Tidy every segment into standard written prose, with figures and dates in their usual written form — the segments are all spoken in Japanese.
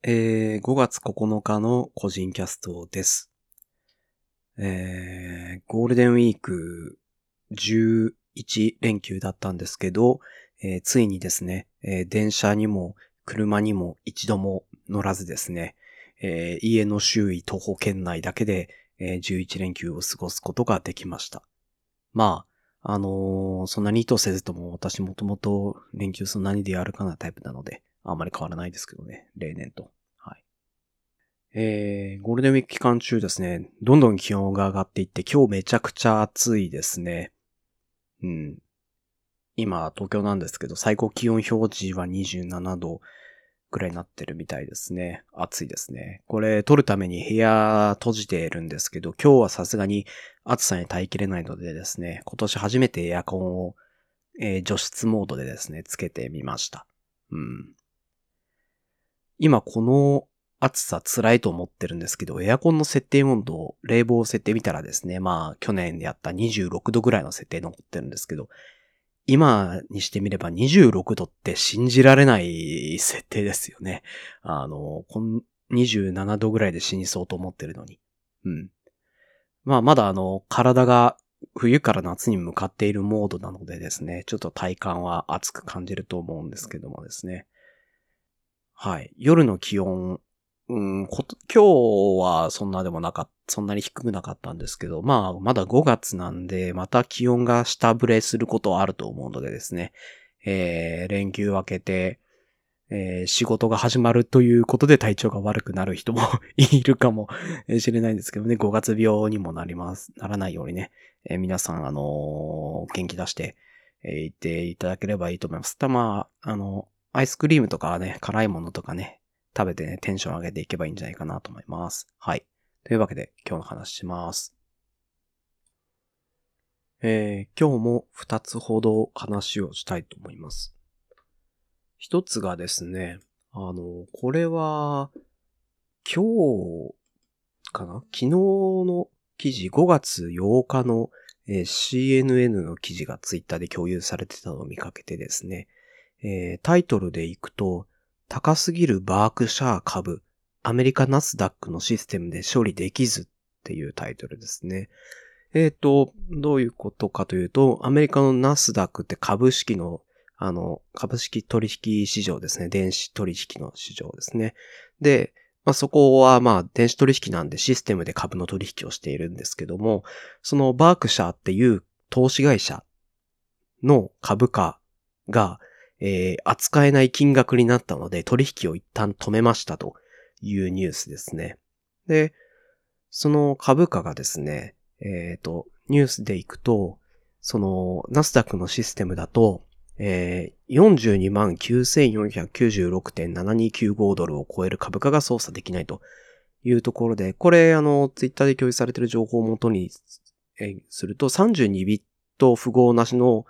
5月9日の個人キャストです。ゴールデンウィーク11連休だったんですけど、ついにですね、電車にも車にも一度も乗らずですね、家の周囲徒歩圏内だけで、11連休を過ごすことができました。まあ、そんなに意図せずとも私もともと連休そんなに出歩かないタイプなので、あんまり変わらないですけどね、例年と。はい。ゴールデンウィーク期間中ですね、どんどん気温が上がっていって、今日めちゃくちゃ暑いですね。うん。今、東京なんですけど、最高気温表示は27度くらいになってるみたいですね。暑いですね。これ、撮るために部屋閉じているんですけど、今日はさすがに暑さに耐えきれないのでですね、今年初めてエアコンを、除湿モードでですね、つけてみました。うん。今この暑さ辛いと思ってるんですけど、エアコンの設定温度、冷房を設定見たらですね、去年やった26度ぐらいの設定残ってるんですけど、今にしてみれば26度って信じられない設定ですよね。27度ぐらいで死にそうと思ってるのに。うん。まだ体が冬から夏に向かっているモードなのでですね、ちょっと体感は暑く感じると思うんですけどもですね。はい。夜の気温、今日はそんなそんなに低くなかったんですけど、まだ5月なんで、また気温が下振れすることはあると思うのでですね、連休明けて、仕事が始まるということで体調が悪くなる人もいるかもしれないんですけどね、5月病にもならないようにね、皆さん、元気出して、言っていただければいいと思います。アイスクリームとかね、辛いものとかね、食べてね、テンション上げていけばいいんじゃないかなと思います。はい。というわけで、今日の話します。今日も2つほど話をしたいと思います。一つがですね、これは、今日かな昨日の記事、5月8日の、CNN の記事がツイッターで共有されてたのを見かけてですね、タイトルでいくと、高すぎるバークシャー株、アメリカナスダックのシステムで処理できずっていうタイトルですね。どういうことかというと、アメリカのナスダックって株式の、株式取引市場ですね。電子取引の市場ですね。で、そこは電子取引なんでシステムで株の取引をしているんですけども、そのバークシャーっていう投資会社の株価が、扱えない金額になったので取引を一旦止めましたというニュースですね。で、その株価がですね、ニュースでいくと、そのナスダックのシステムだと、429,496.7295 ドルを超える株価が操作できないというところで、これツイッターで共有されている情報をもとに、すると32ビット符号なしの、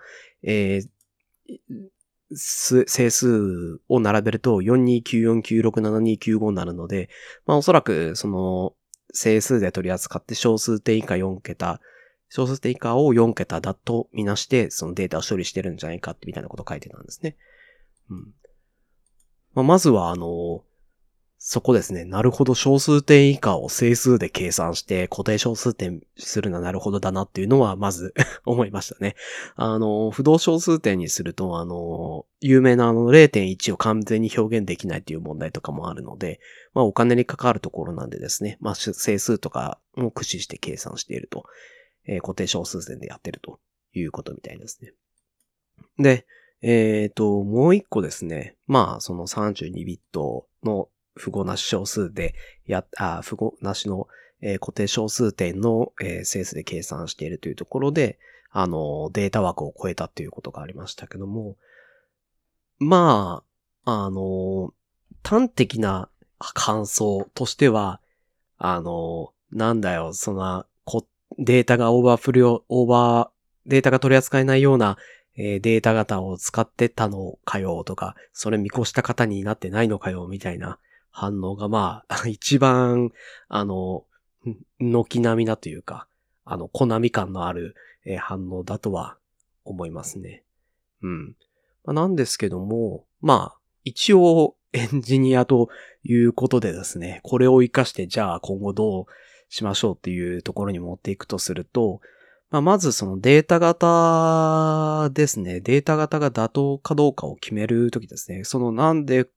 整数を並べると4294967295になるので、おそらくその整数で取り扱って小数点以下4桁、小数点以下を4桁だとみなしてそのデータを処理してるんじゃないかってみたいなことを書いてたんですね。まずはそこですね。なるほど、小数点以下を整数で計算して固定小数点するのはなるほどだなっていうのはまず思いましたね。不動小数点にすると、有名な0.1 を完全に表現できないという問題とかもあるので、お金にかかるところなんでですね。整数とかも駆使して計算していると、固定小数点でやってるということみたいですね。で、もう一個ですね。その32ビットの符号なし小数で符号なしの、固定小数点の、整数で計算しているというところで、データ枠を超えたということがありましたけども、端的な感想としては、なんだよ、データがデータが取り扱えないような、データ型を使ってたのかよとか、それ見越した方になってないのかよみたいな反応が一番、軒並みなというか、小並み感のある、反応だとは思いますね。うん。なんですけども、一応、 エンジニアということでですね、これを活かしてじゃあ今後どうしましょうっていうところに持っていくとすると、まずそのデータ型ですね。データ型が妥当かどうかを決めるときですね。なんで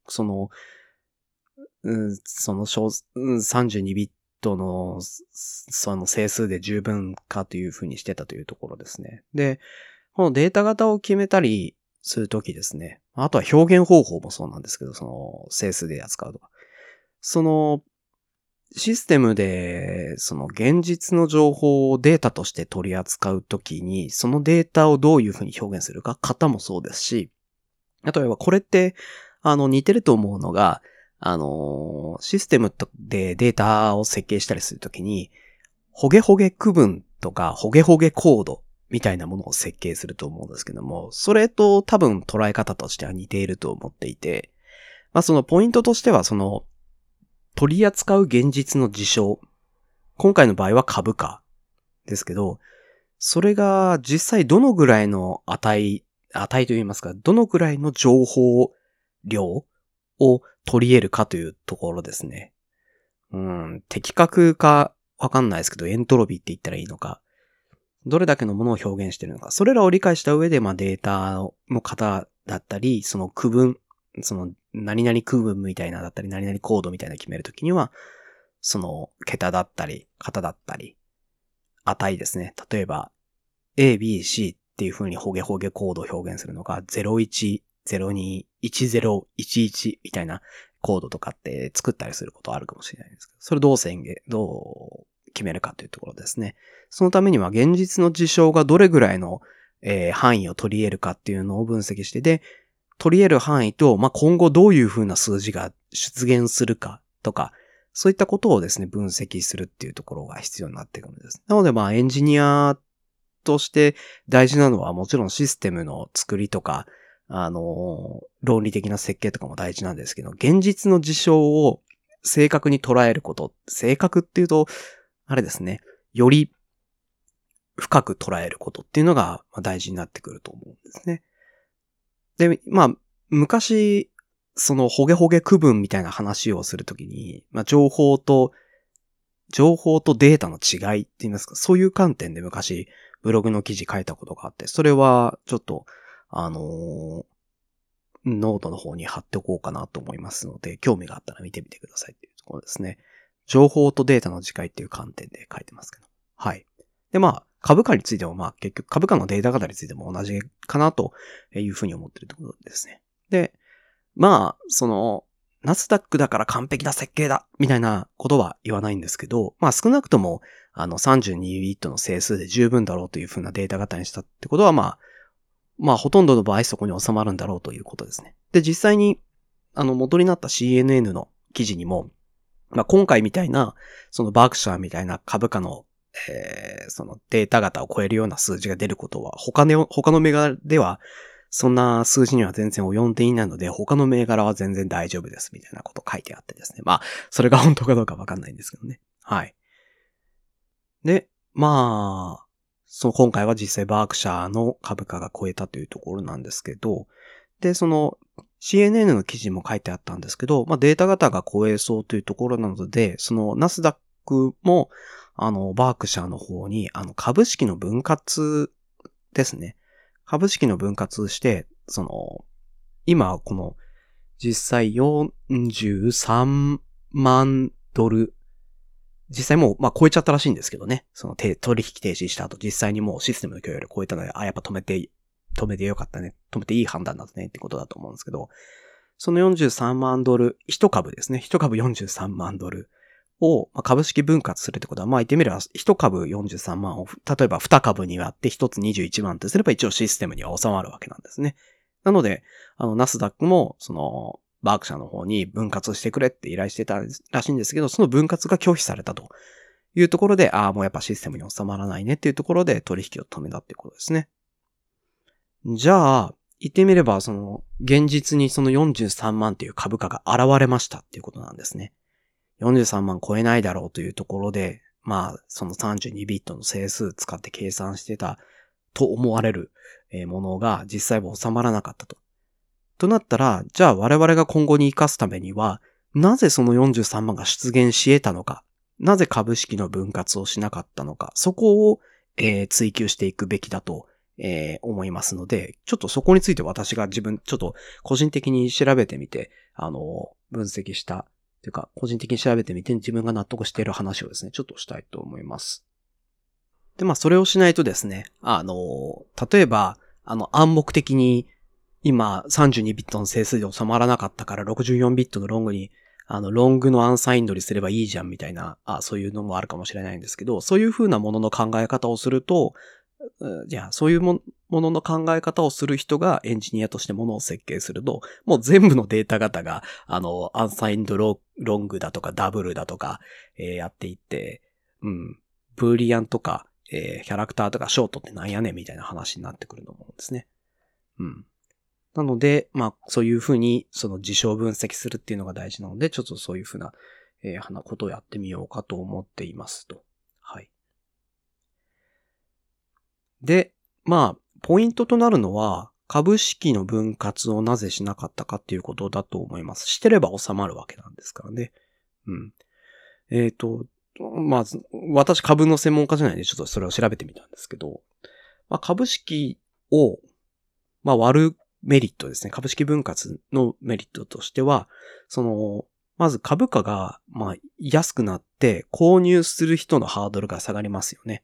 32ビットのその整数で十分かというふうにしてたというところですね。で、このデータ型を決めたりするときですね。あとは表現方法もそうなんですけど、その整数で扱うとか。そのシステムで、その現実の情報をデータとして取り扱うときに、そのデータをどういうふうに表現するか、型もそうですし、例えばこれって、似てると思うのが、システムでデータを設計したりするときに、ホゲホゲ区分とか、ホゲホゲコードみたいなものを設計すると思うんですけども、それと多分捉え方としては似ていると思っていて、そのポイントとしては、取り扱う現実の事象。今回の場合は株価ですけど、それが実際どのぐらいの値といいますか、どのぐらいの情報量を取り得るかというところですね。的確かわかんないですけど、エントロピーって言ったらいいのか、どれだけのものを表現しているのか、それらを理解した上で、データの型だったり、その区分、その何々区分みたいなだったり、何々コードみたいな決めるときには、その桁だったり、型だったり、値ですね。例えば、A, B, C っていう風にホゲホゲコードを表現するのが、01、02、10、11みたいなコードとかって作ったりすることはあるかもしれないんですけど、それどう決めるかというところですね。そのためには現実の事象がどれぐらいの、範囲を取り得るかっていうのを分析して、で、取り得る範囲と、今後どういう風な数字が出現するかとか、そういったことをですね、分析するっていうところが必要になってくるんです。なのでエンジニアとして大事なのはもちろんシステムの作りとか、論理的な設計とかも大事なんですけど、現実の事象を正確に捉えること、正確っていうと、あれですね、より深く捉えることっていうのが大事になってくると思うんですね。で、昔、そのホゲホゲ区分みたいな話をするときに、情報とデータの違いって言いますか、そういう観点で昔ブログの記事書いたことがあって、それはちょっと、ノートの方に貼っておこうかなと思いますので、興味があったら見てみてくださいっていうところですね。情報とデータの違いっていう観点で書いてますけど。はい。で、株価についても結局株価のデータ型についても同じかなというふうに思ってるところですね。で、ナスダックだから完璧な設計だみたいなことは言わないんですけど、少なくとも32ビットの整数で十分だろうというふうなデータ型にしたってことはほとんどの場合そこに収まるんだろうということですね。で、実際に元になった CNN の記事にも、今回みたいな、そのバークシャーみたいな株価のそのデータ型を超えるような数字が出ることは、他の銘柄では、そんな数字には全然及んでいないので、他の銘柄は全然大丈夫です、みたいなこと書いてあってですね。それが本当かどうかわかんないんですけどね。はい。で、今回は実際バークシャーの株価が超えたというところなんですけど、で、CNN の記事も書いてあったんですけど、データ型が超えそうというところなので、ナスダックも、バークシャーの方に、株式の分割ですね。株式の分割して、今、実際43万ドル、実際もう、超えちゃったらしいんですけどね。取引停止した後、実際にもうシステムの許容より超えたので、やっぱ止めてよかったね。止めていい判断だったねってことだと思うんですけど、その43万ドル、一株ですね。一株43万ドルを株式分割するってことは、言ってみれば一株43万を、例えば二株に割って一つ21万ってすれば一応システムには収まるわけなんですね。なので、ナスダックも、バークシャーの方に分割してくれって依頼してたらしいんですけど、その分割が拒否されたというところで、もうやっぱシステムに収まらないねっていうところで取引を止めたっていうことですね。じゃあ、言ってみれば、現実にその43万っていう株価が現れましたっていうことなんですね。43万超えないだろうというところで、その32ビットの整数使って計算してたと思われるものが実際は収まらなかったと。っとなったら、じゃあ我々が今後に生かすためには、なぜその43万が出現し得たのか、なぜ株式の分割をしなかったのか、そこを、追求していくべきだと、思いますので、ちょっとそこについて私がちょっと個人的に調べてみて、分析した、というか、個人的に調べてみて自分が納得している話をですね、ちょっとしたいと思います。で、まあ、それをしないとですね、例えば、暗黙的に、今、32ビットの整数で収まらなかったから64ビットのロングに、ロングのアンサインドにすればいいじゃんみたいな、そういうのもあるかもしれないんですけど、そういう風なものの考え方をすると、じゃあ、そういうものの考え方をする人がエンジニアとしてものを設計すると、もう全部のデータ型が、アンサインドロングだとかダブルだとか、やっていって、ブーリアンとか、キャラクターとかショートってなんやねんみたいな話になってくると思うんですね。なので、まあ、そういうふうに、その事象を分析するっていうのが大事なので、ちょっとそういうふうな、ことをやってみようかと思っていますと。はい。で、まあ、ポイントとなるのは、株式の分割をなぜしなかったかっていうことだと思います。してれば収まるわけなんですからね。まあ、私株の専門家じゃないんで、ちょっとそれを調べてみたんですけど、まあ、株式を、まあ、割るメリットですね。株式分割のメリットとしては、まず株価が、まあ、安くなって購入する人のハードルが下がりますよね。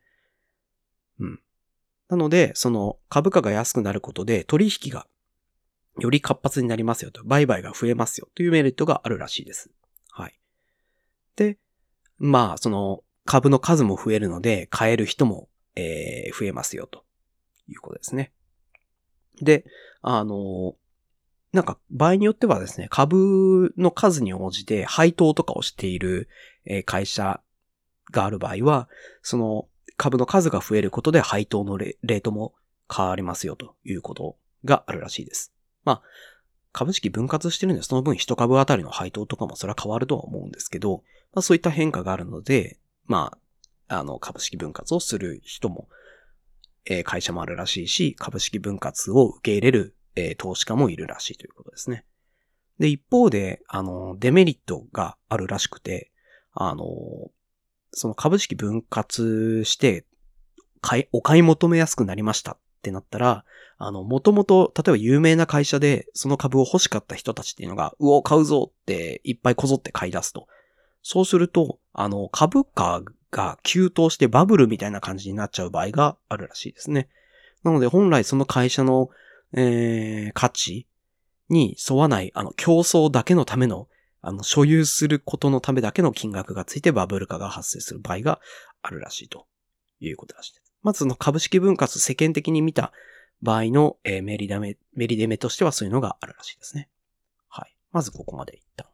なので、株価が安くなることで取引がより活発になりますよと、売買が増えますよというメリットがあるらしいです。はい。で、まあ、株の数も増えるので、買える人も、増えますよということですね。で、なんか場合によってはですね、株の数に応じて配当とかをしている会社がある場合は、その株の数が増えることで配当のレートも変わりますよということがあるらしいです。まあ、株式分割してるんで、その分一株あたりの配当とかもそれは変わるとは思うんですけど、まあそういった変化があるので、まあ、株式分割をする人も、会社もあるらしいし、株式分割を受け入れる、投資家もいるらしいということですね。で、一方で、デメリットがあるらしくて、その株式分割して、お買い求めやすくなりましたってなったら、もともと、例えば有名な会社で、その株を欲しかった人たちっていうのが、買うぞっていっぱいこぞって買い出すと。そうすると、株価が急騰してバブルみたいな感じになっちゃう場合があるらしいですね。なので本来その会社の、価値に沿わない、競争だけのための、所有することのためだけの金額がついてバブル化が発生する場合があるらしいということらしいです。まずその株式分割世間的に見た場合の、メリデメとしてはそういうのがあるらしいですね。はい。まずここまで一旦。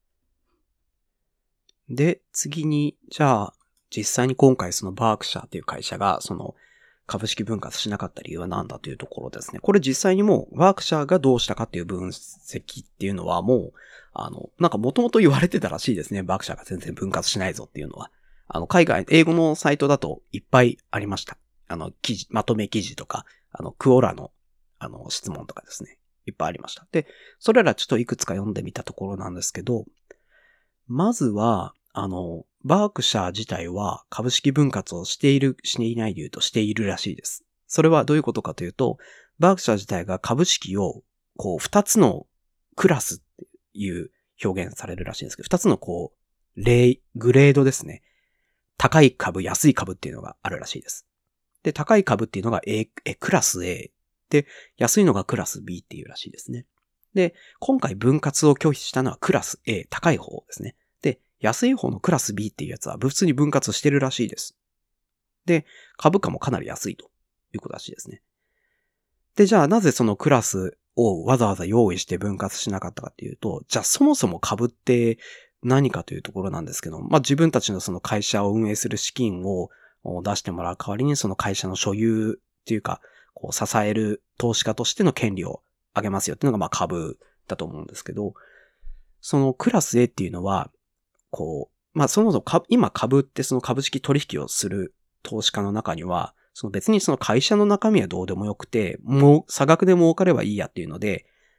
で、次に、じゃあ、実際に今回そのバークシャーという会社がその株式分割しなかった理由は何だというところですね。これ実際にもうバークシャーがどうしたかっていう分析っていうのはもう、なんかもともと言われてたらしいですね。バークシャーが全然分割しないぞっていうのは。海外、英語のサイトだといっぱいありました。まとめ記事とか、クオラの、質問とかですね。いっぱいありました。で、それらちょっといくつか読んでみたところなんですけど、まずは、バークシャー自体は株式分割をしている、していないで言うとしているらしいです。それはどういうことかというと、バークシャー自体が株式を、二つのクラスっていう表現されるらしいんですけど、二つのグレードですね。高い株、安い株っていうのがあるらしいです。で、高い株っていうのがクラス A で、安いのがクラス B っていうらしいですね。で、今回分割を拒否したのはクラス A、高い方ですね。で、安い方のクラス B っていうやつは普通に分割してるらしいです。で、株価もかなり安いということらしいですね。で、じゃあなぜそのクラスをわざわざ用意して分割しなかったかっていうと、じゃあそもそも株って何かというところなんですけど、まあ自分たちのその会社を運営する資金を出してもらう代わりにその会社の所有っていうか、支える投資家としての権利をあげますよっていうのがまあ株だと思うんですけど、そのクラス A っていうのは、まあそもそも今株ってその株式取引をする投資家の中には、別にその会社の中身はどうでもよくて、もう差額で儲かればいいやっていうので、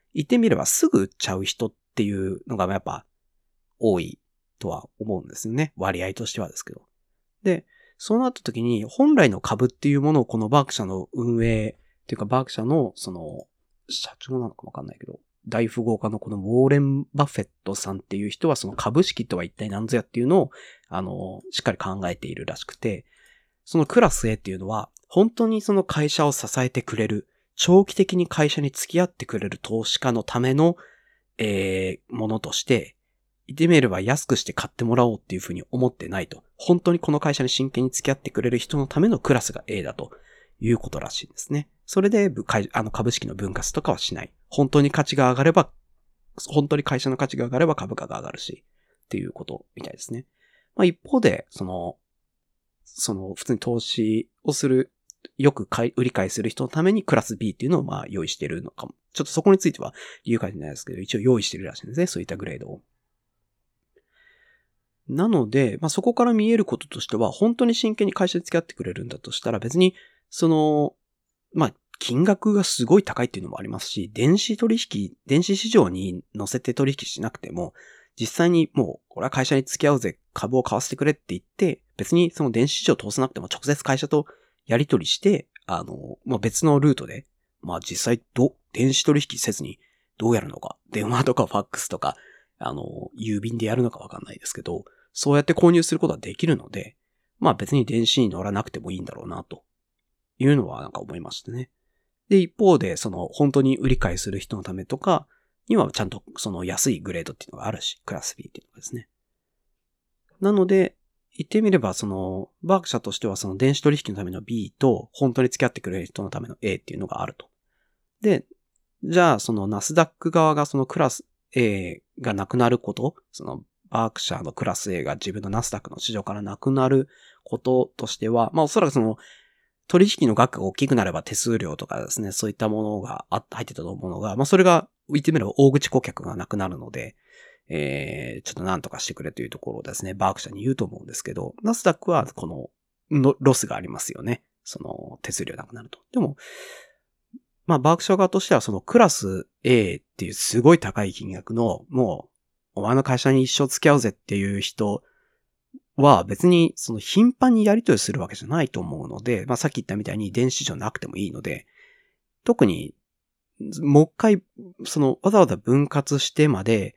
言ってみればすぐ売っちゃう人っていうのがやっぱ多いとは思うんですよね。割合としてはですけど。で、そうなった時に本来の株っていうものをこのバーク社の運営っていうかバーク社のその社長なのかわかんないけど、大富豪家のこのウォーレン・バフェットさんっていう人はその株式とは一体何ぞやっていうのを、しっかり考えているらしくて、そのクラス A っていうのは本当にその会社を支えてくれる、長期的に会社に付き合ってくれる投資家のための、ものとして、言ってみれば安くして買ってもらおうっていうふうに思ってないと。本当にこの会社に真剣に付き合ってくれる人のためのクラスが A だということらしいんですね。それで株式の分割とかはしない。本当に会社の価値が上がれば株価が上がるし、っていうことみたいですね。まあ一方で、その普通に投資をする、よく売り買いする人のためにクラス B っていうのをまあ用意しているのかも。ちょっとそこについては理由書いてないですけど、一応用意しているらしいんですね。そういったグレードを。なので、まあそこから見えることとしては、本当に真剣に会社に付き合ってくれるんだとしたら、別に、まあ、金額がすごい高いっていうのもありますし、電子市場に乗せて取引しなくても、実際にもう、これは会社に付き合うぜ、株を買わせてくれって言って、別にその電子市場を通さなくても直接会社とやり取りして、まあ、別のルートで、まあ実際電子取引せずにどうやるのか、電話とかファックスとか、郵便でやるのかわかんないですけど、そうやって購入することはできるので、まあ別に電子に乗らなくてもいいんだろうな、というのはなんか思いましたね。で、一方で、本当に売り買いする人のためとかにはちゃんと安いグレードっていうのがあるし、クラス B っていうのがですね。なので、言ってみれば、バーク社としては電子取引のための B と、本当に付き合ってくれる人のための A っていうのがあると。で、じゃあ、ナスダック側がクラス A がなくなること、バークシャーのクラス A が自分のナスダックの市場からなくなることとしては、まあおそらく取引の額が大きくなれば手数料とかですね、そういったものが入ってたと思うのが、まあそれが言ってみれば大口顧客がなくなるので、ちょっとなんとかしてくれというところをですね、バーク社に言うと思うんですけど、ナスダックはロスがありますよね。手数料なくなると。でも、まあバーク社側としてはクラス A っていうすごい高い金額の、もう、お前の会社に一生付き合うぜっていう人は別に頻繁にやり取りするわけじゃないと思うので、まあさっき言ったみたいに電子市場なくてもいいので、特に、もう一回、わざわざ分割してまで、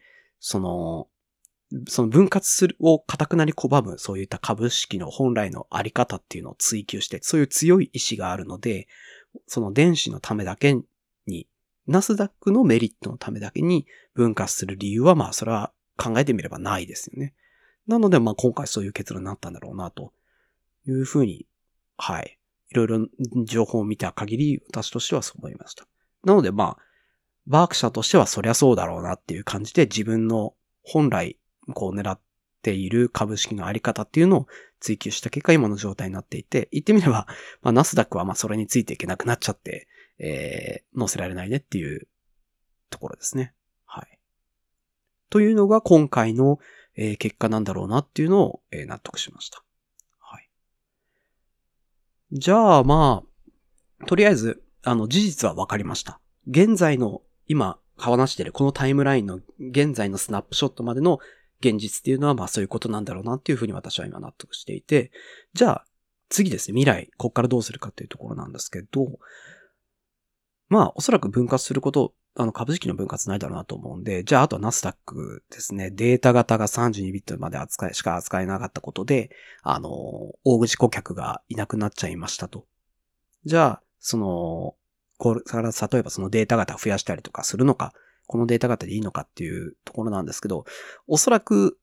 分割を固くなり拒む、そういった株式の本来のあり方っていうのを追求して、そういう強い意志があるので、電子のためだけに、ナスダックのメリットのためだけに分割する理由は、まあそれは考えてみればないですよね。なので、まあ今回そういう結論になったんだろうな、というふうに、はい。いろいろ情報を見た限り、私としてはそう思いました。なので、まあ、バーク社としてはそりゃそうだろうなっていう感じで、自分の本来、狙っている株式のあり方っていうのを追求した結果、今の状態になっていて、言ってみれば、まあ、ナスダックはまあそれについていけなくなっちゃって、載せられないねっていうところですね。はい。というのが今回の結果なんだろうなっていうのを納得しました。はい。じゃあまあ、とりあえず、事実は分かりました。現在の、今、話しているこのタイムラインの現在のスナップショットまでの現実っていうのはまあそういうことなんだろうなっていうふうに私は今納得していて、じゃあ次ですね、未来、こっからどうするかっていうところなんですけど、まあおそらく分割すること、株式の分割ないだろうなと思うんで、じゃああとはナスダックですね、データ型が32ビットまでしか扱えなかったことで、大口顧客がいなくなっちゃいましたと。じゃあ、これから例えばデータ型を増やしたりとかするのか、このデータ型でいいのかっていうところなんですけど、おそらく、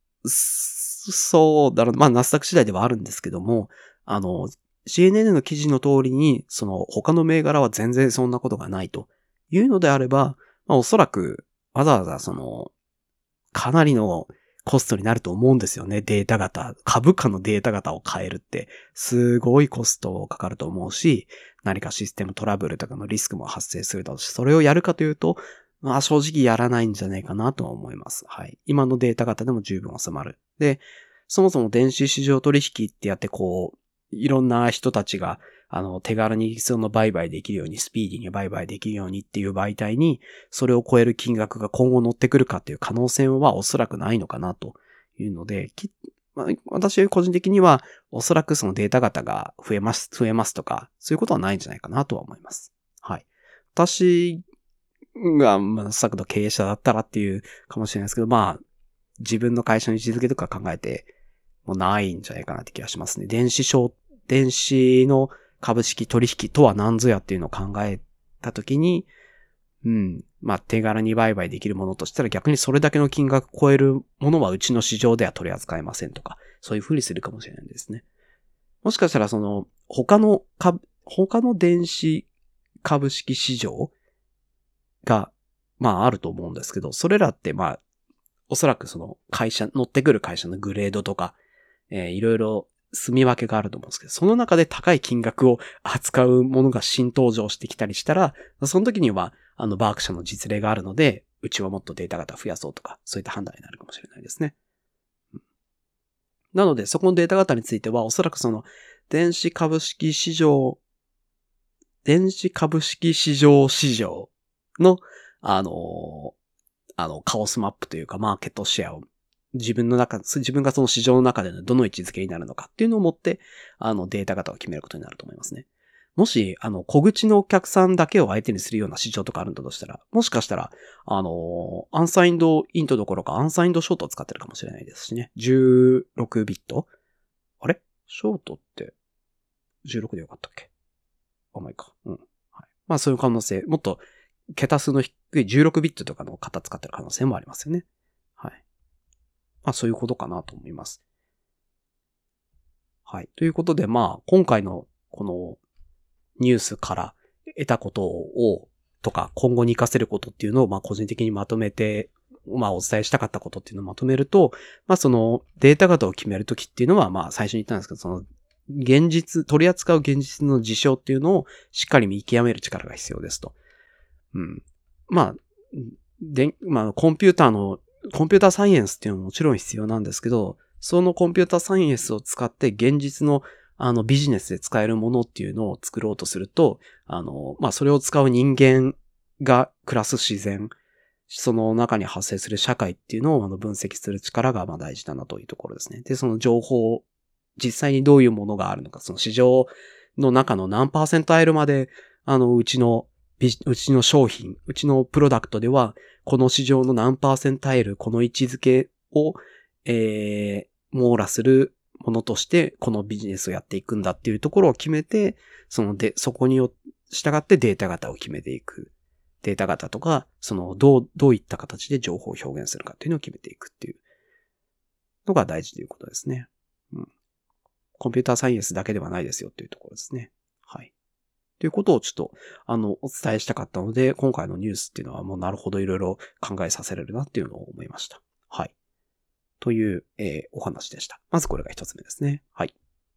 そうだろう、まあ、ナスダック次第ではあるんですけども、CNN の記事の通りに、他の銘柄は全然そんなことがないというのであれば、まあ、おそらく、わざわざかなりのコストになると思うんですよね。データ型、株価のデータ型を変えるって、すごいコストかかると思うし、何かシステムトラブルとかのリスクも発生するだろうし、それをやるかというと、まあ正直やらないんじゃないかなとは思います。はい。今のデータ型でも十分収まる。で、そもそも電子市場取引ってやっていろんな人たちが、 手軽にその売買できるように、スピーディーに売買できるようにっていう媒体に、それを超える金額が今後乗ってくるかっていう可能性はおそらくないのかなというので、私個人的にはおそらくそのデータ型が増えますとか、そういうことはないんじゃないかなとは思います。はい。私が、昨度経営者だったらっていうかもしれないですけど、自分の会社の位置づけとか考えて、もうないんじゃないかなって気がしますね。電子の株式取引とは何ぞやっていうのを考えたときに、手軽に売買できるものとしたら逆にそれだけの金額を超えるものはうちの市場では取り扱えませんとか、そういう風にするかもしれないですね。もしかしたら他の電子株式市場が、あると思うんですけど、それらっておそらく乗ってくる会社のグレードとか、いろいろ住み分けがあると思うんですけど、その中で高い金額を扱うものが新登場してきたりしたら、その時には、バーク社の実例があるので、うちはもっとデータ型増やそうとか、そういった判断になるかもしれないですね。なので、そこのデータ型については、おそらく電子株式市場の、カオスマップというか、マーケットシェアを自分がその市場の中でのどの位置づけになるのかっていうのをもって、データ型を決めることになると思いますね。もし、小口のお客さんだけを相手にするような市場とかあるんだとしたら、もしかしたら、アンサインドイントどころかアンサインドショートを使ってるかもしれないですしね。16ビットあれショートって16でよかったっけまあいいか。はい。そういう可能性、もっと桁数の低い16ビットとかの型使ってる可能性もありますよね。はい。そういうことかなと思います。はい。ということで、今回のこのニュースから得たこととか今後に活かせることっていうのを個人的にまとめて、お伝えしたかったことっていうのをまとめると、そのデータ型を決めるときっていうのは最初に言ったんですけど、取り扱う現実の事象っていうのをしっかり見極める力が必要ですと。コンピューターサイエンスっていうのももちろん必要なんですけど、そのコンピューターサイエンスを使って現実のビジネスで使えるものっていうのを作ろうとすると、それを使う人間が暮らす自然、その中に発生する社会っていうのを分析する力が大事だなというところですね。で、その情報、実際にどういうものがあるのか、その市場の中の何パーセントアイルまで、うちの商品、うちのプロダクトでは、この市場の何パーセンタイル、この位置づけを、網羅するものとして、このビジネスをやっていくんだっていうところを決めて、そこに従ってデータ型を決めていく。データ型とか、どういった形で情報を表現するかっていうのを決めていくっていうのが大事ということですね。コンピューターサイエンスだけではないですよっていうところですね。はい。ということをちょっと、お伝えしたかったので、今回のニュースっていうのはもうなるほどいろいろ考えさせられるなっていうのを思いました。はい。という、お話でした。まずこれが一つ目ですね。はい。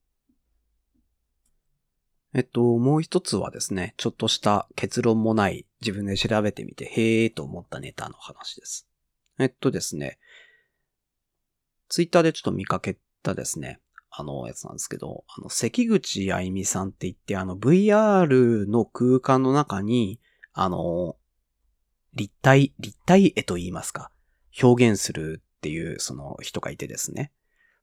もう一つはですね、ちょっとした結論もない自分で調べてみて、へーと思ったネタの話です。ですね、ツイッターでちょっと見かけたですね、やつなんですけど、関口あゆみさんって言って、VR の空間の中に、立体絵と言いますか、表現するっていうその人がいてですね。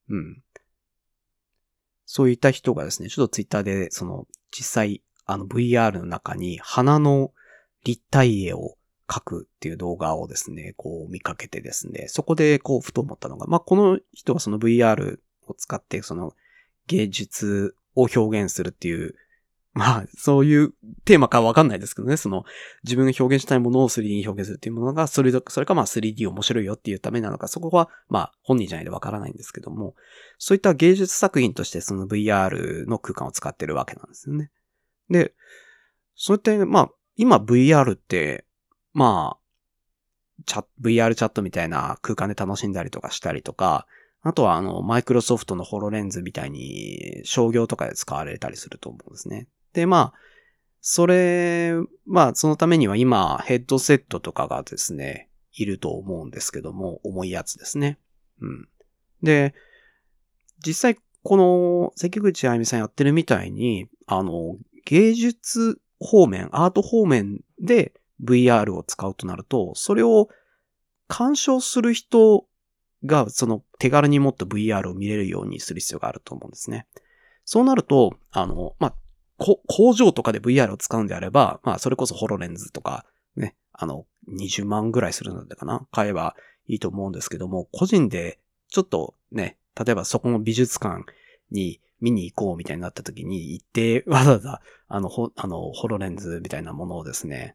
そういった人がですね、ちょっとツイッターで、実際、VR の中に花の立体絵を描くっていう動画をですね、こう見かけてですね、そこでふと思ったのが、この人がその VR を使って芸術を表現するっていう、そういうテーマかわかんないですけどね、自分が表現したいものを 3D に表現するっていうものが、それか3D 面白いよっていうためなのか、そこは本人じゃないとわからないんですけども、そういった芸術作品としてその VR の空間を使ってるわけなんですよね。で、そういった、今 VR って、VR チャットみたいな空間で楽しんだりとかしたりとか、あとはマイクロソフトのホロレンズみたいに商業とかで使われたりすると思うんですね。で、そのためには今ヘッドセットとかがですね、いると思うんですけども、重いやつですね。で、実際この関口あゆみさんやってるみたいに、 芸術方面、アート方面で VR を使うとなると、それを鑑賞する人がその手軽にもっと VR を見れるようにする必要があると思うんですね。そうなると、工場とかで VR を使うんであれば、それこそホロレンズとか、ね、20万ぐらいするのでかな買えばいいと思うんですけども、個人でちょっとね、例えばそこの美術館に見に行こうみたいになった時に行って、わざわざ、ホロレンズみたいなものをですね、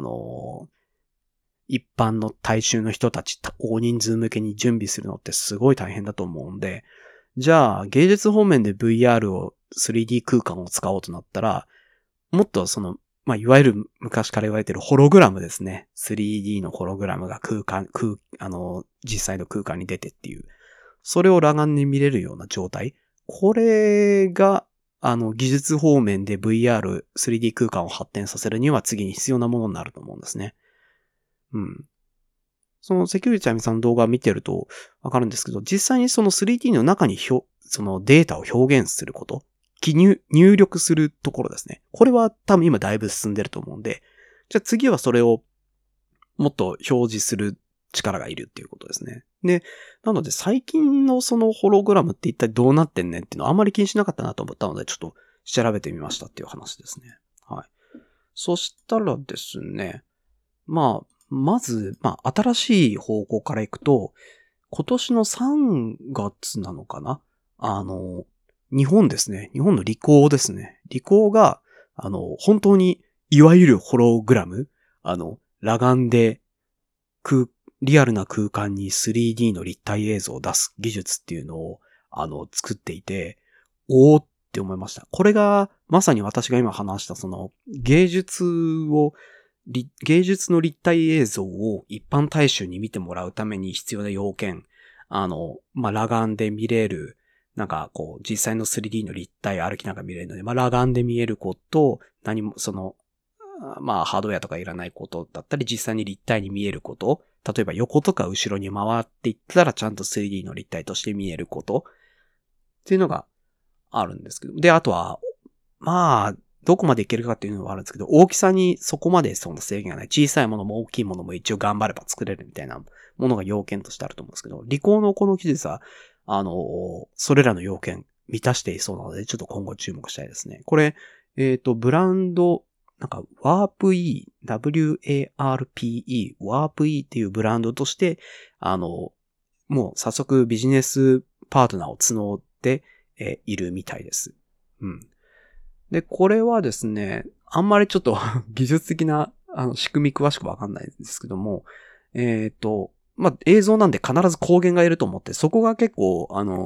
一般の大衆の人たち、大人数向けに準備するのってすごい大変だと思うんで、じゃあ芸術方面で VR を 3D 空間を使おうとなったら、もっといわゆる昔から言われているホログラムですね。3D のホログラムが実際の空間に出てっていう。それを裸眼で見れるような状態。これが、技術方面で VR、3D 空間を発展させるには次に必要なものになると思うんですね。うん。その関口あみさんの動画を見てるとわかるんですけど、実際にその 3D の中にそのデータを表現すること、入力するところですね。これは多分今だいぶ進んでると思うんで、じゃあ次はそれをもっと表示する力がいるっていうことですね。で、なので最近のそのホログラムって一体どうなってんねんっていうのはあんまり気にしなかったなと思ったので、ちょっと調べてみましたっていう話ですね。はい。そしたらですね、まず、新しい方向からいくと、今年の3月なのかな日本ですね。日本のリコーですね。リコーが、本当に、いわゆるホログラム、裸眼で、リアルな空間に 3D の立体映像を出す技術っていうのを、作っていて、おーって思いました。これが、まさに私が今話した芸術の立体映像を一般大衆に見てもらうために必要な要件、裸眼で見れる、実際の 3D の立体歩きなんか見れるので、裸眼で見えること、何も、ハードウェアとかいらないことだったり、実際に立体に見えること、例えば横とか後ろに回っていったらちゃんと 3D の立体として見えること、っていうのがあるんですけど。で、あとは、どこまでいけるかっていうのはあるんですけど、大きさにそこまでその制限がない。小さいものも大きいものも一応頑張れば作れるみたいなものが要件としてあると思うんですけど、リコーのこの技術は、それらの要件満たしていそうなので、ちょっと今後注目したいですね。これ、ブランド、WARP-E、WARPE、WARP-E っていうブランドとして、もう早速ビジネスパートナーを募っているみたいです。うん。で、これはですね、あんまりちょっと技術的な仕組み詳しくわかんないんですけども、映像なんで必ず光源がいると思って、そこが結構、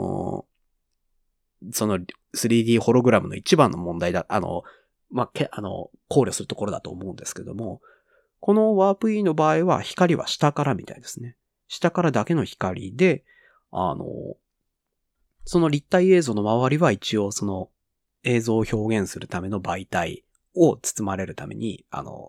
その 3D ホログラムの一番の問題だ、考慮するところだと思うんですけども、この WARP-E の場合は光は下からみたいですね。下からだけの光で、その立体映像の周りは一応その映像を表現するための媒体を包まれるために、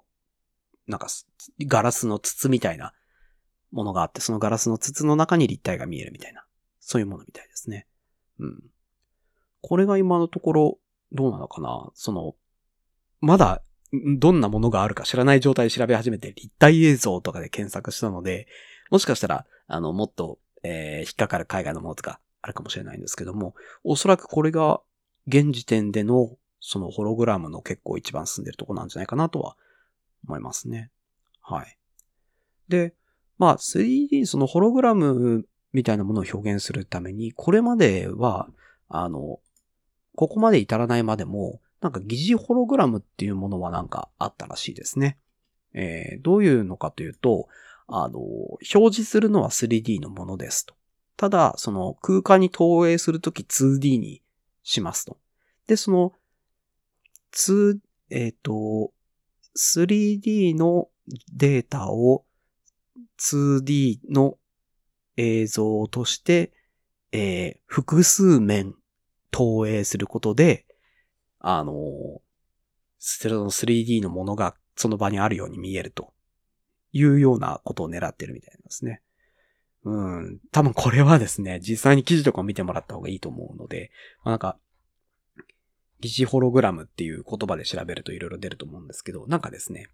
ガラスの筒みたいなものがあって、そのガラスの筒の中に立体が見えるみたいな、そういうものみたいですね。うん。これが今のところどうなのかな？まだどんなものがあるか知らない状態で調べ始めて立体映像とかで検索したので、もしかしたら、もっと、引っかかる海外のものとかあるかもしれないんですけども、おそらくこれが現時点でのそのホログラムの結構一番進んでるところなんじゃないかなとは思いますね。はい。で、3D そのホログラムみたいなものを表現するために、これまでは、ここまで至らないまでも、疑似ホログラムっていうものはあったらしいですね。どういうのかというと、表示するのは 3D のものですと。ただ、その空間に投影するとき 2D にしますと。で、3D のデータを 2D の映像として、複数面投影することで、3D のものがその場にあるように見えるというようなことを狙ってるみたいなんですね。多分これはですね、実際に記事とかを見てもらった方がいいと思うので、 疑似ホログラムっていう言葉で調べるといろいろ出ると思うんですけど、なんかですね、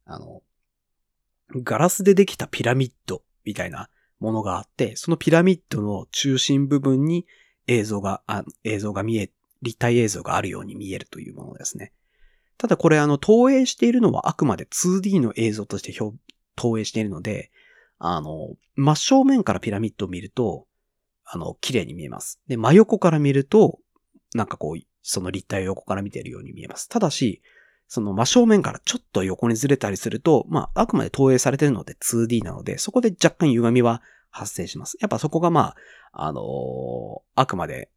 ガラスでできたピラミッドみたいなものがあって、そのピラミッドの中心部分に映像が立体映像があるように見えるというものですね。ただこれ投影しているのはあくまで 2D の映像として投影しているので、真正面からピラミッドを見ると、綺麗に見えます。で、真横から見ると、なんかこう、その立体を横から見ているように見えます。ただし、その真正面からちょっと横にずれたりすると、あくまで投影されているので 2D なので、そこで若干歪みは発生します。やっぱそこがあくまで、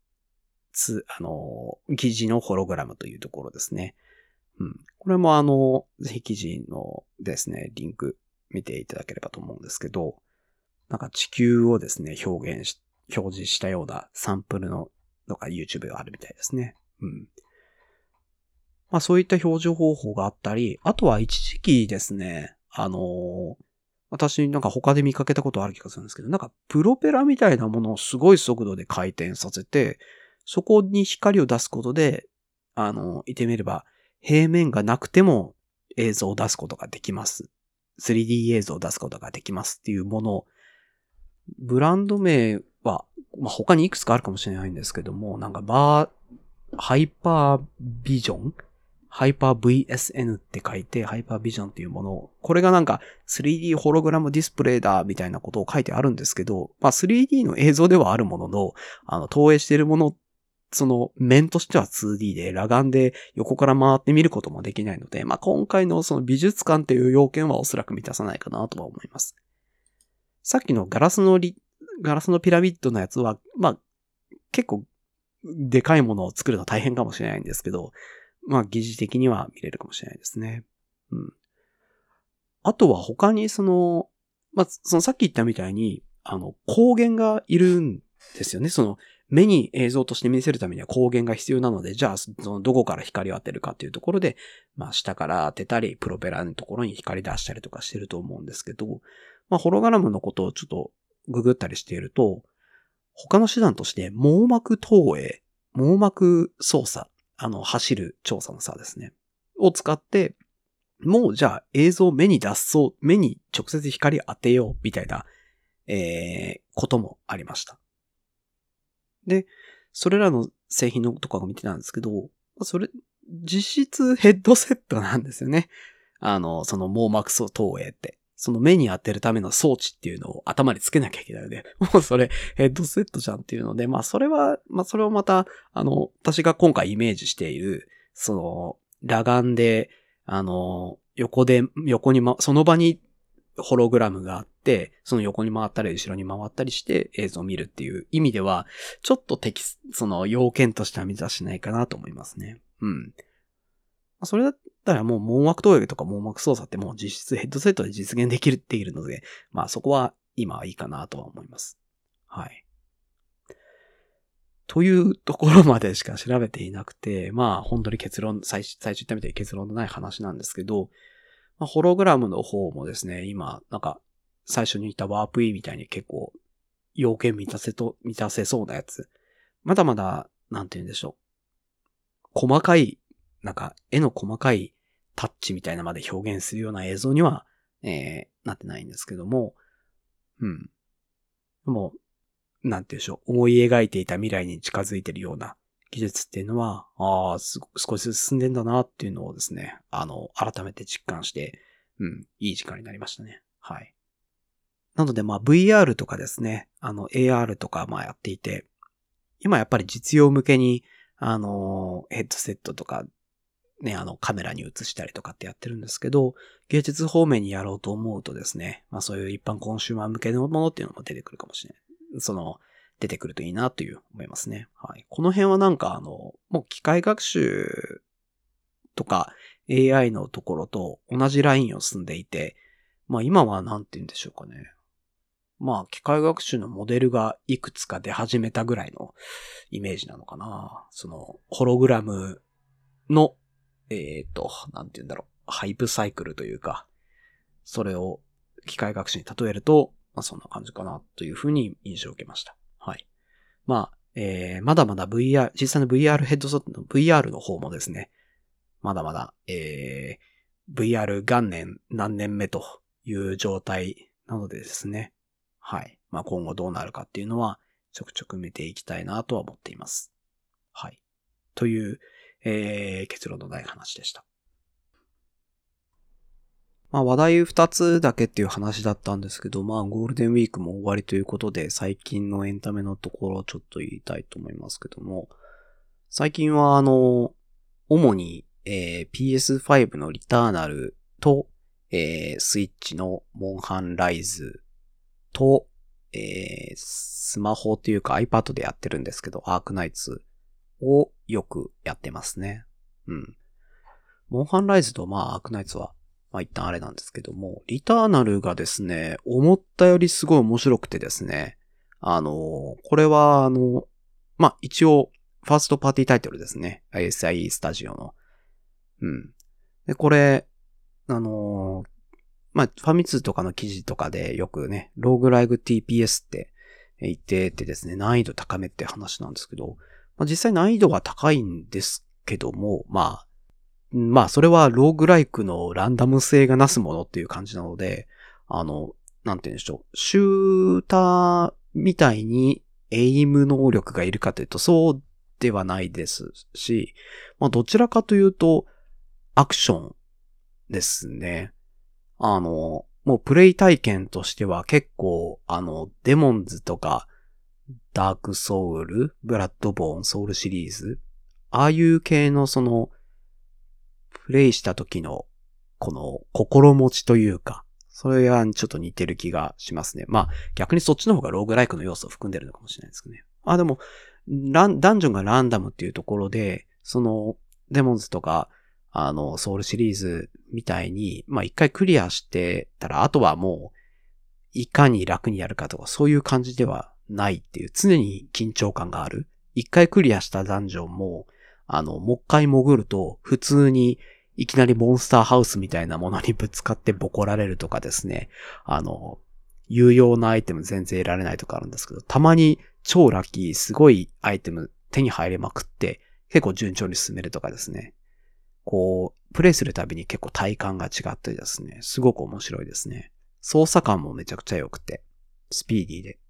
記事のホログラムというところですね。うん。これもぜひ記事のですね、リンク見ていただければと思うんですけど、なんか地球をですね、表示したようなサンプルのが YouTube があるみたいですね。うん。そういった表示方法があったり、あとは一時期ですね、私なんか他で見かけたことある気がするんですけど、なんかプロペラみたいなものをすごい速度で回転させて、そこに光を出すことで、言ってみれば、平面がなくても映像を出すことができます。3D 映像を出すことができますっていうものを、ブランド名は、他にいくつかあるかもしれないんですけども、なんかハイパービジョンハイパー VSN って書いて、ハイパービジョンっていうものを、これがなんか 3D ホログラムディスプレイだみたいなことを書いてあるんですけど、3D の映像ではあるものの、投影しているもの、その面としては 2D で、裸眼で横から回って見ることもできないので、今回のその美術館っていう要件はおそらく満たさないかなとは思います。さっきのガラスのピラミッドのやつは、結構でかいものを作るの大変かもしれないんですけど、疑似的には見れるかもしれないですね。うん。あとは他にそのさっき言ったみたいに、光源がいるんですよね。その、目に映像として見せるためには光源が必要なので、じゃあ、そのどこから光を当てるかっていうところで、下から当てたり、プロペラのところに光出したりとかしてると思うんですけど、ホログラムのことをちょっとググったりしていると、他の手段として網膜投影、網膜操作、走る調査の差ですね。を使って、もうじゃあ映像を目に直接光当てよう、みたいな、こともありました。で、それらの製品のとかを見てたんですけど、実質ヘッドセットなんですよね。その網膜投影って。その目に当てるための装置っていうのを頭につけなきゃいけないので、もうそれヘッドセットじゃんっていうので、それをまた、私が今回イメージしている、その、裸眼で、横にその場にホログラムがあって、その横に回ったり後ろに回ったりして映像を見るっていう意味では、ちょっとその要件としては満たしないかなと思いますね。うん。それだったらもう網膜投影とか網膜操作ってもう実質ヘッドセットで実現できているので、そこは今はいいかなとは思います。はい。というところまでしか調べていなくて、本当に最初言ったみたいに結論のない話なんですけど、ホログラムの方もですね、今、なんか、最初に言ったワープ E みたいに結構、要件満たせそうなやつ。まだまだ、なんて言うんでしょう。細かい、なんか、絵の細かいタッチみたいなまで表現するような映像には、なってないんですけども、うん。でも、なんて言うんでしょう。思い描いていた未来に近づいているような技術っていうのは、少しずつ進んでんだなっていうのをですね、改めて実感して、いい時間になりましたね。はい。なので、VR とかですね、AR とかやっていて、今やっぱり実用向けに、ヘッドセットとか、ね、カメラに映したりとかってやってるんですけど、芸術方面にやろうと思うとですね、そういう一般コンシューマー向けのものっていうのも出てくるかもしれない。出てくるといいなという思いますね。はい。この辺はなんかもう機械学習とか AI のところと同じラインを進んでいて、今はなんて言うんでしょうかね。機械学習のモデルがいくつか出始めたぐらいのイメージなのかな。その、ホログラムの、なんて言うんだろう。ハイプサイクルというか、それを機械学習に例えると、そんな感じかなというふうに印象を受けました。はい。 まだまだ実際の VR ヘッドセットの VR の方もですね、まだまだ、VR 元年何年目という状態なのでですね。はい。まあ、今後どうなるかっていうのは、ちょくちょく見ていきたいなとは思っています。はい。という、結論のない話でした。まあ、話題2つだけっていう話だったんですけど、まあ、ゴールデンウィークも終わりということで、最近のエンタメのところをちょっと言いたいと思いますけども、最近は主に、PS5 のリターナルと、スイッチのモンハンライズと、スマホというか iPad でやってるんですけど、アークナイツをよくやってますね。うん。モンハンライズとアークナイツは一旦あれなんですけども、リターナルがですね、思ったよりすごい面白くてですね、これは一応、ファーストパーティータイトルですね。SIE スタジオの。うん。で、これ、ファミ通とかの記事とかでよくね、ローグライグ TPS って言っててですね、難易度高めって話なんですけど、実際難易度は高いんですけども、それはローグライクのランダム性がなすものっていう感じなので、なんて言うんでしょう。シューターみたいにエイム能力がいるかというとそうではないですし、どちらかというとアクションですね。もうプレイ体験としては結構、デモンズとか、ダークソウル、ブラッドボーン、ソウルシリーズ、ああいう系のプレイした時の、この心持ちというか、それはちょっと似てる気がしますね。逆にそっちの方がローグライクの要素を含んでるのかもしれないですけどね。でも、ダンジョンがランダムっていうところで、デモンズとか、ソウルシリーズみたいに、一回クリアしてたら、あとはもう、いかに楽にやるかとか、そういう感じではないっていう、常に緊張感がある。一回クリアしたダンジョンも、もう一回潜ると、普通に、いきなりモンスターハウスみたいなものにぶつかってボコられるとかですね。有用なアイテム全然得られないとかあるんですけど、たまに超ラッキー、すごいアイテム手に入れまくって、結構順調に進めるとかですね。プレイするたびに結構体感が違ってですね、すごく面白いですね。操作感もめちゃくちゃ良くて、スピーディーで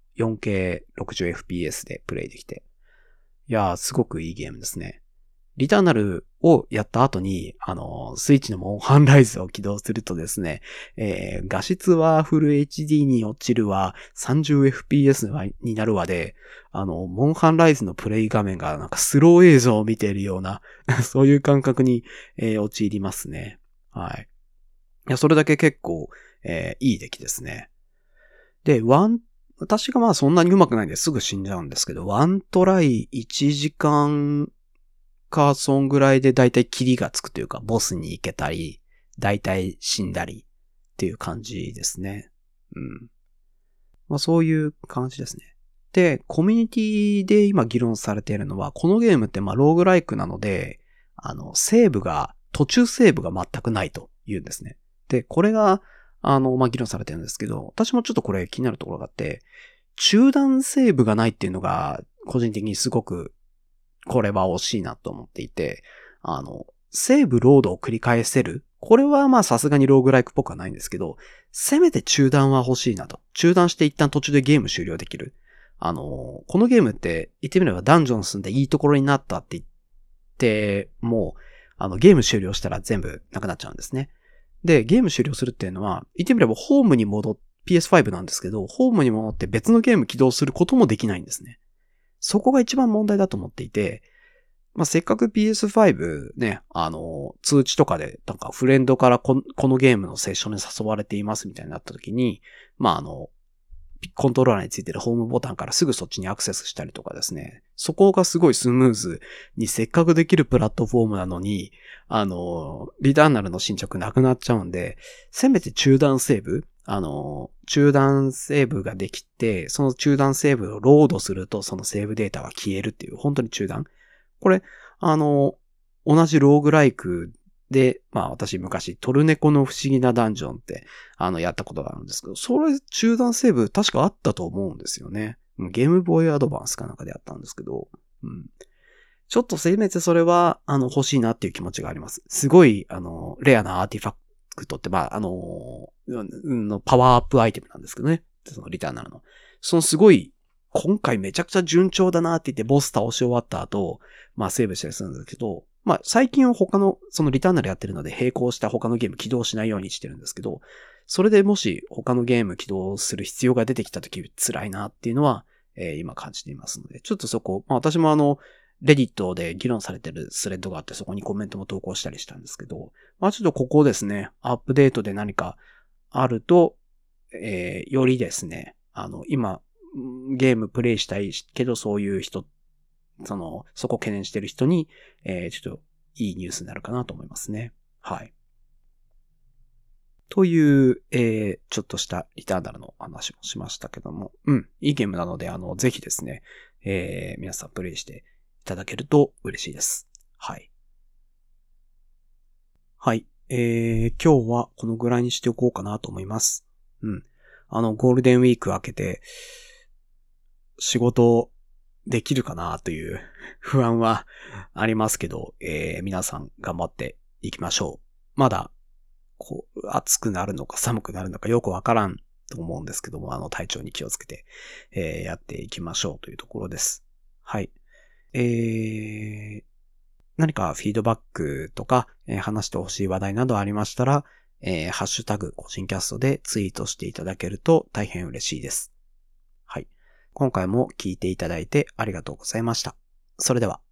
4K60fps でプレイできて、いやー、すごくいいゲームですね。リターナルをやった後に、スイッチのモンハンライズを起動するとですね、画質はフル HD に落ちるわ、30fps になるわで、モンハンライズのプレイ画面がなんかスロー映像を見ているような、そういう感覚に、陥りますね。はい。いや、それだけ結構、いい出来ですね。で、私がそんなに上手くないんですぐ死んじゃうんですけど、ワントライ1時間かそんぐらいでだいたいキリがつくというか、ボスに行けたり、だいたい死んだりっていう感じですね。うん。そういう感じですね。で、コミュニティで今議論されているのは、このゲームってローグライクなので、途中セーブが全くないと言うんですね。で、これが、議論されてるんですけど、私もちょっとこれ気になるところがあって、中断セーブがないっていうのが、個人的にすごく、これは惜しいなと思っていて、セーブロードを繰り返せる。これはさすがにローグライクっぽくはないんですけど、せめて中断は欲しいなと。中断して一旦途中でゲーム終了できる。このゲームって言ってみればダンジョン進んでいいところになったって言って、もう、ゲーム終了したら全部なくなっちゃうんですね。で、ゲーム終了するっていうのは、言ってみればホームにPS5 なんですけど、ホームに戻って別のゲーム起動することもできないんですね。そこが一番問題だと思っていて、せっかく PS5 ね、通知とかで、なんかフレンドからこのゲームのセッションに誘われていますみたいになった時に、コントローラーについてるホームボタンからすぐそっちにアクセスしたりとかですね。そこがすごいスムーズにせっかくできるプラットフォームなのに、リターナルの進捗なくなっちゃうんで、せめて中断セーブができて、その中断セーブをロードするとそのセーブデータが消えるっていう、本当に中断。これ、同じローグライクで、私昔トルネコの不思議なダンジョンって、やったことがあるんですけど、それ中断セーブ確かあったと思うんですよね。 ゲームボーイアドバンスかなんかでやったんですけど、ちょっとせめてそれは、欲しいなっていう気持ちがあります。すごい、レアなアーティファクトって、パワーアップアイテムなんですけどね。そのリターナルの。そのすごい、今回めちゃくちゃ順調だなって言ってボス倒し終わった後、セーブしたりするんですけど、最近は他の、そのリターナルやってるので並行した他のゲーム起動しないようにしてるんですけど、それでもし他のゲーム起動する必要が出てきた時辛いなっていうのは、今感じていますので、ちょっとそこ、私もレディットで議論されてるスレッドがあってそこにコメントも投稿したりしたんですけど、ちょっとここですね、アップデートで何かあると、よりですね、今、ゲームプレイしたいけどそういう人、そこ懸念してる人に、ちょっといいニュースになるかなと思いますね。はい。という、ちょっとしたリターナルの話をしましたけども、いいゲームなので、ぜひですね、皆さんプレイしていただけると嬉しいです。はい。はい。今日はこのぐらいにしておこうかなと思います。ゴールデンウィーク明けて、仕事できるかなという不安はありますけど、皆さん頑張っていきましょう。まだ、暑くなるのか寒くなるのかよくわからんと思うんですけども、体調に気をつけて、やっていきましょうというところです。はい。何かフィードバックとか、話してほしい話題などありましたら、ハッシュタグ個人キャストでツイートしていただけると大変嬉しいです。はい。今回も聞いていただいてありがとうございました。それでは。